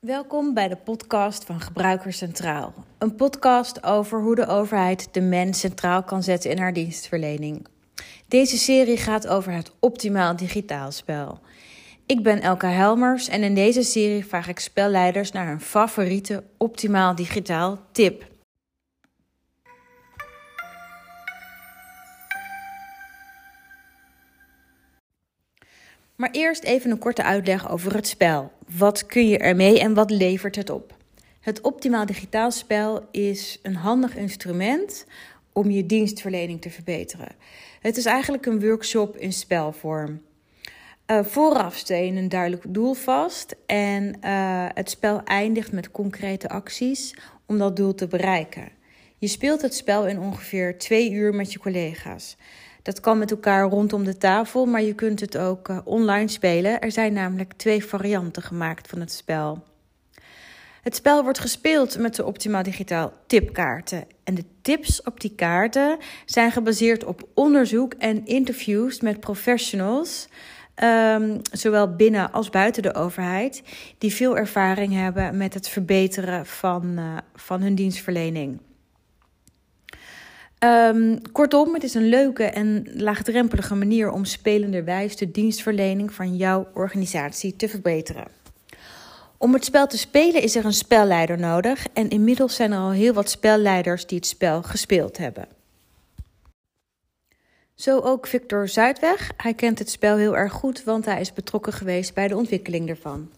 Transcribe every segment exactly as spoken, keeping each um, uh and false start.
Welkom bij de podcast van Gebruiker Centraal. Een podcast over hoe de overheid de mens centraal kan zetten in haar dienstverlening. Deze serie gaat over het optimaal digitaal spel. Ik ben Elke Helmers en in deze serie vraag ik spelleiders naar hun favoriete optimaal digitaal tip. Maar eerst even een korte uitleg over het spel. Wat kun je ermee en wat levert het op? Het optimaal digitaal spel is een handig instrument om je dienstverlening te verbeteren. Het is eigenlijk een workshop in spelvorm. Uh, vooraf stel je een duidelijk doel vast en uh, het spel eindigt met concrete acties om dat doel te bereiken. Je speelt het spel in ongeveer twee uur met je collega's. Dat kan met elkaar rondom de tafel, maar je kunt het ook uh, online spelen. Er zijn namelijk twee varianten gemaakt van het spel. Het spel wordt gespeeld met de optimaal digitaal tipkaarten. En de tips op die kaarten zijn gebaseerd op onderzoek en interviews met professionals, um, zowel binnen als buiten de overheid, die veel ervaring hebben met het verbeteren van, uh, van hun dienstverlening. Um, kortom, het is een leuke en laagdrempelige manier om spelenderwijs de dienstverlening van jouw organisatie te verbeteren. Om het spel te spelen is er een spelleider nodig en inmiddels zijn er al heel wat spelleiders die het spel gespeeld hebben. Zo ook Victor Zuidweg. Hij kent het spel heel erg goed, want hij is betrokken geweest bij de ontwikkeling ervan.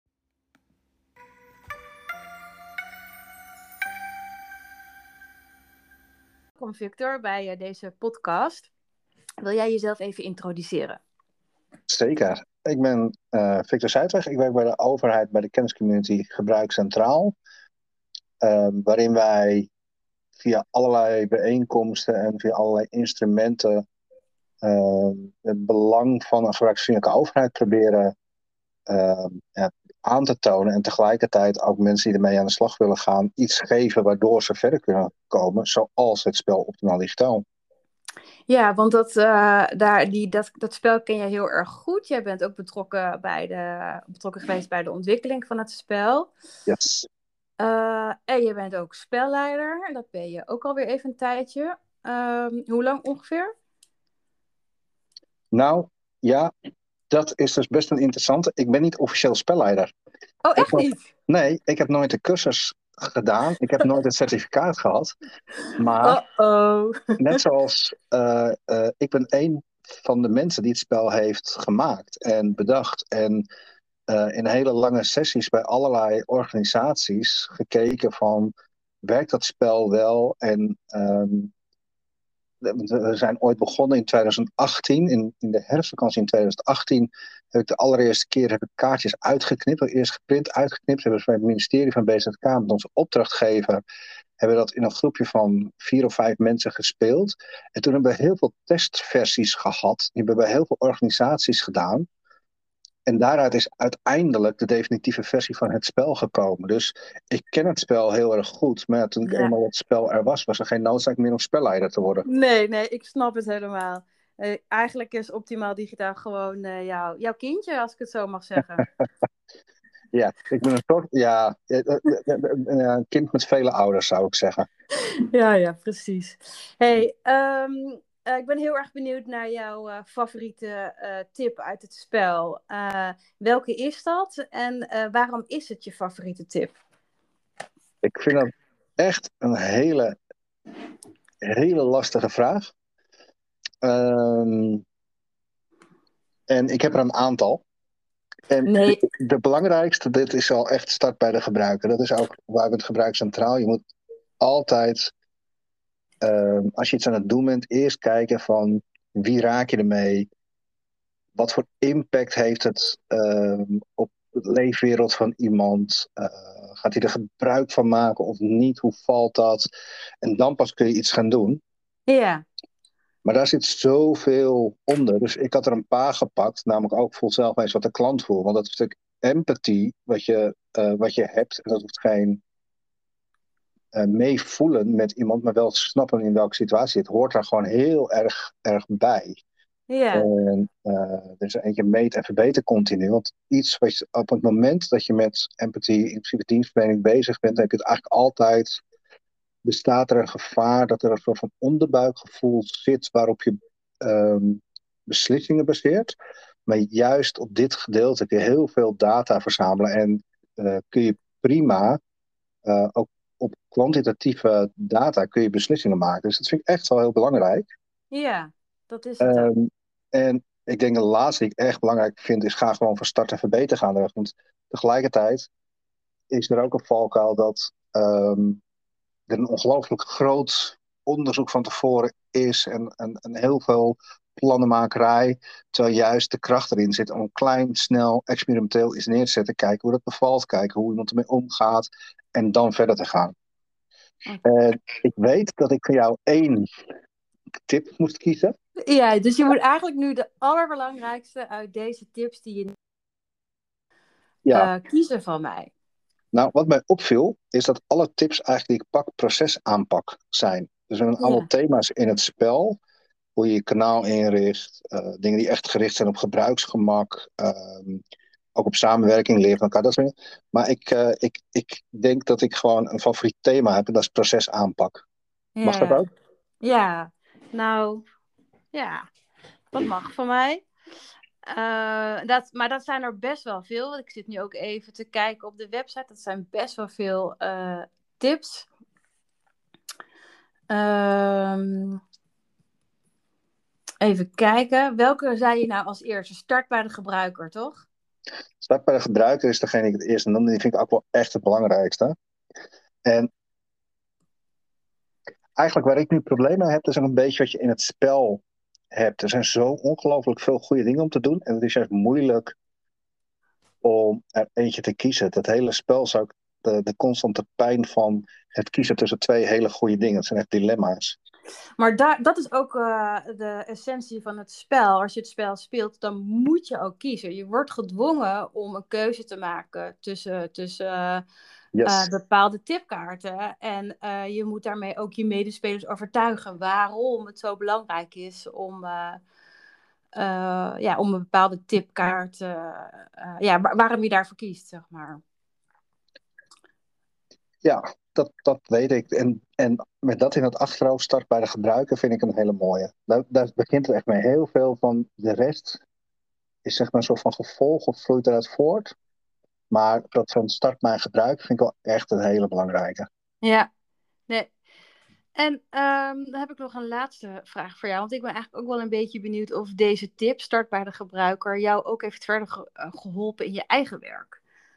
Welkom Victor bij deze podcast. Wil jij jezelf even introduceren? Zeker. Ik ben uh, Victor Zuidweg. Ik werk bij de overheid bij de kenniscommunity Gebruik Centraal. Uh, waarin wij via allerlei bijeenkomsten en via allerlei instrumenten uh, het belang van een gebruiksvriendelijke overheid proberen uh, ja, aan te tonen. En tegelijkertijd ook mensen die ermee aan de slag willen gaan iets geven waardoor ze verder kunnen komen. Zoals het spel Optimaal Digitaal. Ja, want dat, uh, daar, die, dat, dat spel ken je heel erg goed. Jij bent ook betrokken, bij de, betrokken geweest bij de ontwikkeling van het spel. Yes. Uh, en je bent ook spelleider. Dat ben je ook alweer even een tijdje. Uh, hoe lang ongeveer? Nou, ja, dat is dus best een interessante. Ik ben niet officieel spelleider. Oh, echt niet? Nee, ik heb nooit de cursus gedaan. Ik heb nooit het certificaat gehad. Maar Uh-oh. net zoals uh, uh, ik ben één van de mensen die het spel heeft gemaakt en bedacht. En uh, in hele lange sessies bij allerlei organisaties gekeken van, werkt dat spel wel? En um, we zijn ooit begonnen in twintig achttien. In, in de herfstvakantie in twintig achttien heb ik de allereerste keer heb ik kaartjes uitgeknipt. Eerst geprint uitgeknipt. Hebben we bij het ministerie van B Z K met onze opdrachtgever hebben we dat in een groepje van vier of vijf mensen gespeeld. En toen hebben we heel veel testversies gehad. Die hebben we bij heel veel organisaties gedaan. En daaruit is uiteindelijk de definitieve versie van het spel gekomen. Dus ik ken het spel heel erg goed. Maar toen ik ja. eenmaal het spel er was, was er geen noodzaak meer om spelleider te worden. Nee, nee, ik snap het helemaal. Uh, eigenlijk is Optimaal Digitaal gewoon uh, jou, jouw kindje, als ik het zo mag zeggen. Ja, ik ben een soort, ja, een kind met vele ouders, zou ik zeggen. Ja, ja, precies. Hey, um, uh, ik ben heel erg benieuwd naar jouw uh, favoriete uh, tip uit het spel. Uh, welke is dat en uh, waarom is het je favoriete tip? Ik vind dat echt een hele, hele lastige vraag. Um, en ik heb er een aantal. En nee. de, de belangrijkste, dit is al echt start bij de gebruiker. Dat is ook waar we het gebruik centraal. Je moet altijd, um, als je iets aan het doen bent, eerst kijken van wie raak je ermee? Wat voor impact heeft het um, op de leefwereld van iemand? Uh, gaat hij er gebruik van maken of niet? Hoe valt dat? En dan pas kun je iets gaan doen. Ja. Maar daar zit zoveel onder. Dus ik had er een paar gepakt. Namelijk ook voel zelf eens wat de klant voelt. Want dat is natuurlijk empathie wat je, uh, wat je hebt. En dat hoeft geen uh, meevoelen met iemand. Maar wel snappen in welke situatie het hoort daar gewoon heel erg, erg bij. Ja, En uh, er is eentje meet en verbeter continu. Want iets wat je, op het moment dat je met empathie, inclusieve dienstverlening bezig bent, dan heb je het eigenlijk altijd, bestaat er een gevaar dat er een soort van onderbuikgevoel zit waarop je um, beslissingen baseert. Maar juist op dit gedeelte kun je heel veel data verzamelen en uh, kun je prima uh, ook op kwantitatieve data kun je beslissingen maken. Dus dat vind ik echt wel heel belangrijk. ja, dat is het ook. Um, en ik denk de laatste die ik echt belangrijk vind is ga gewoon van start en verbeter gaan. Want tegelijkertijd is er ook een valkuil dat um, er een ongelooflijk groot onderzoek van tevoren is en, en, en heel veel plannenmakerij, terwijl juist de kracht erin zit om klein, snel, experimenteel iets neer te zetten, kijken hoe dat bevalt, kijken hoe iemand ermee omgaat en dan verder te gaan. Okay. Uh, ik weet dat ik voor jou één tip moest kiezen. Ja, dus je moet eigenlijk nu de allerbelangrijkste uit deze tips die je ja. uh, kiezen van mij. Nou, wat mij opviel, is dat alle tips eigenlijk die ik pak, procesaanpak zijn. Dus er zijn Ja. allemaal thema's in het spel. Hoe je je kanaal inricht. Uh, dingen die echt gericht zijn op gebruiksgemak. Uh, ook op samenwerking, leren van elkaar. Dat soort dingen. Maar ik, uh, ik, ik denk dat ik gewoon een favoriet thema heb. En dat is procesaanpak. Ja. Mag dat ook? Ja, nou, ja, dat mag van mij. Uh, dat, maar dat zijn er best wel veel. Ik zit nu ook even te kijken op de website. Dat zijn best wel veel uh, tips. Um, even kijken. Welke zei je nou als eerste? Start bij de gebruiker, toch? Start bij de gebruiker is degene die ik het eerst noemde. Die vind ik ook wel echt het belangrijkste. En eigenlijk waar ik nu problemen mee heb, is ook een beetje wat je in het spel hebt. Er zijn zo ongelooflijk veel goede dingen om te doen. En het is juist moeilijk om er eentje te kiezen. Dat hele spel is ook de, de constante pijn van het kiezen tussen twee hele goede dingen. Het zijn echt dilemma's. Maar daar, dat is ook uh, de essentie van het spel. Als je het spel speelt, dan moet je ook kiezen. Je wordt gedwongen om een keuze te maken tussen, tussen uh, yes. uh, bepaalde tipkaarten. En uh, je moet daarmee ook je medespelers overtuigen waarom het zo belangrijk is om, uh, uh, ja, om een bepaalde tipkaart, uh, uh, ja, waar, waarom je daarvoor kiest, zeg maar. Ja, dat, dat weet ik. En, en met dat in het achterhoofd, start bij de gebruiker, vind ik een hele mooie. Daar, daar begint het echt mee. Heel veel van de rest is zeg maar een soort van gevolg of vloeit eruit voort. Maar dat van start bij gebruik vind ik wel echt een hele belangrijke. Ja, nee. En um, dan heb ik nog een laatste vraag voor jou. Want ik ben eigenlijk ook wel een beetje benieuwd of deze tip, start bij de gebruiker, jou ook heeft verder ge- uh, geholpen in je eigen werk.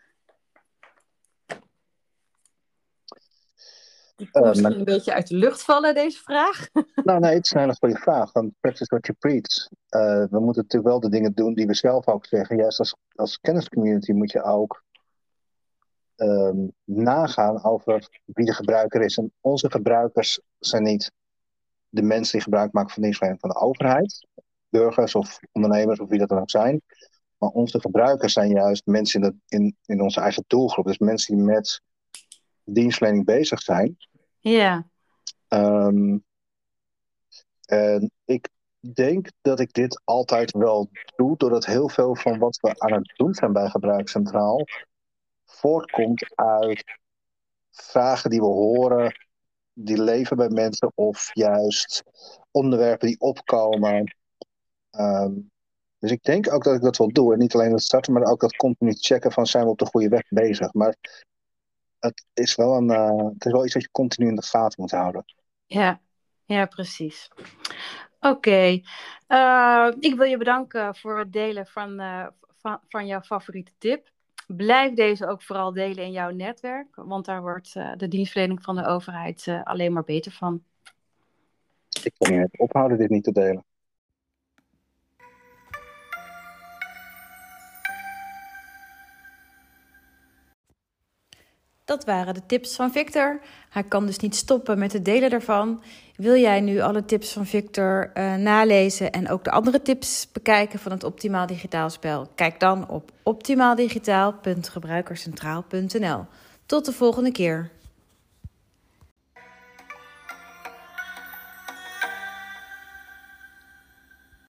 Die komt uh, misschien maar... een beetje uit de lucht vallen, deze vraag. Nou nee, het is een hele goede vraag. Want practice what you preach. Uh, we moeten natuurlijk wel de dingen doen die we zelf ook zeggen. Juist als, als kenniscommunity moet je ook um, nagaan over wie de gebruiker is. En onze gebruikers zijn niet de mensen die gebruik maken van dienstverlening van de overheid. Burgers of ondernemers of wie dat dan ook zijn. Maar onze gebruikers zijn juist mensen in, de, in, in onze eigen doelgroep. Dus mensen die met dienstverlening bezig zijn. Ja. Um, en ik denk dat ik dit altijd wel doe, doordat heel veel van wat we aan het doen zijn bij Gebruik Centraal voortkomt uit vragen die we horen, die leven bij mensen, of juist onderwerpen die opkomen. Um, dus ik denk ook dat ik dat wel doe. En niet alleen het starten, maar ook dat continu checken van zijn we op de goede weg bezig. Maar het is wel, een, uh, het is wel iets wat je continu in de gaten moet houden. Ja, ja precies. Oké, okay. uh, ik wil je bedanken voor het delen van, uh, van, van jouw favoriete tip. Blijf deze ook vooral delen in jouw netwerk, want daar wordt uh, de dienstverlening van de overheid uh, alleen maar beter van. Ik kan niet ophouden dit niet te delen. Dat waren de tips van Victor. Hij kan dus niet stoppen met het delen daarvan. Wil jij nu alle tips van Victor uh, nalezen en ook de andere tips bekijken van het Optimaal Digitaal Spel? Kijk dan op optimaaldigitaal punt gebruikerscentraal punt n l. Tot de volgende keer.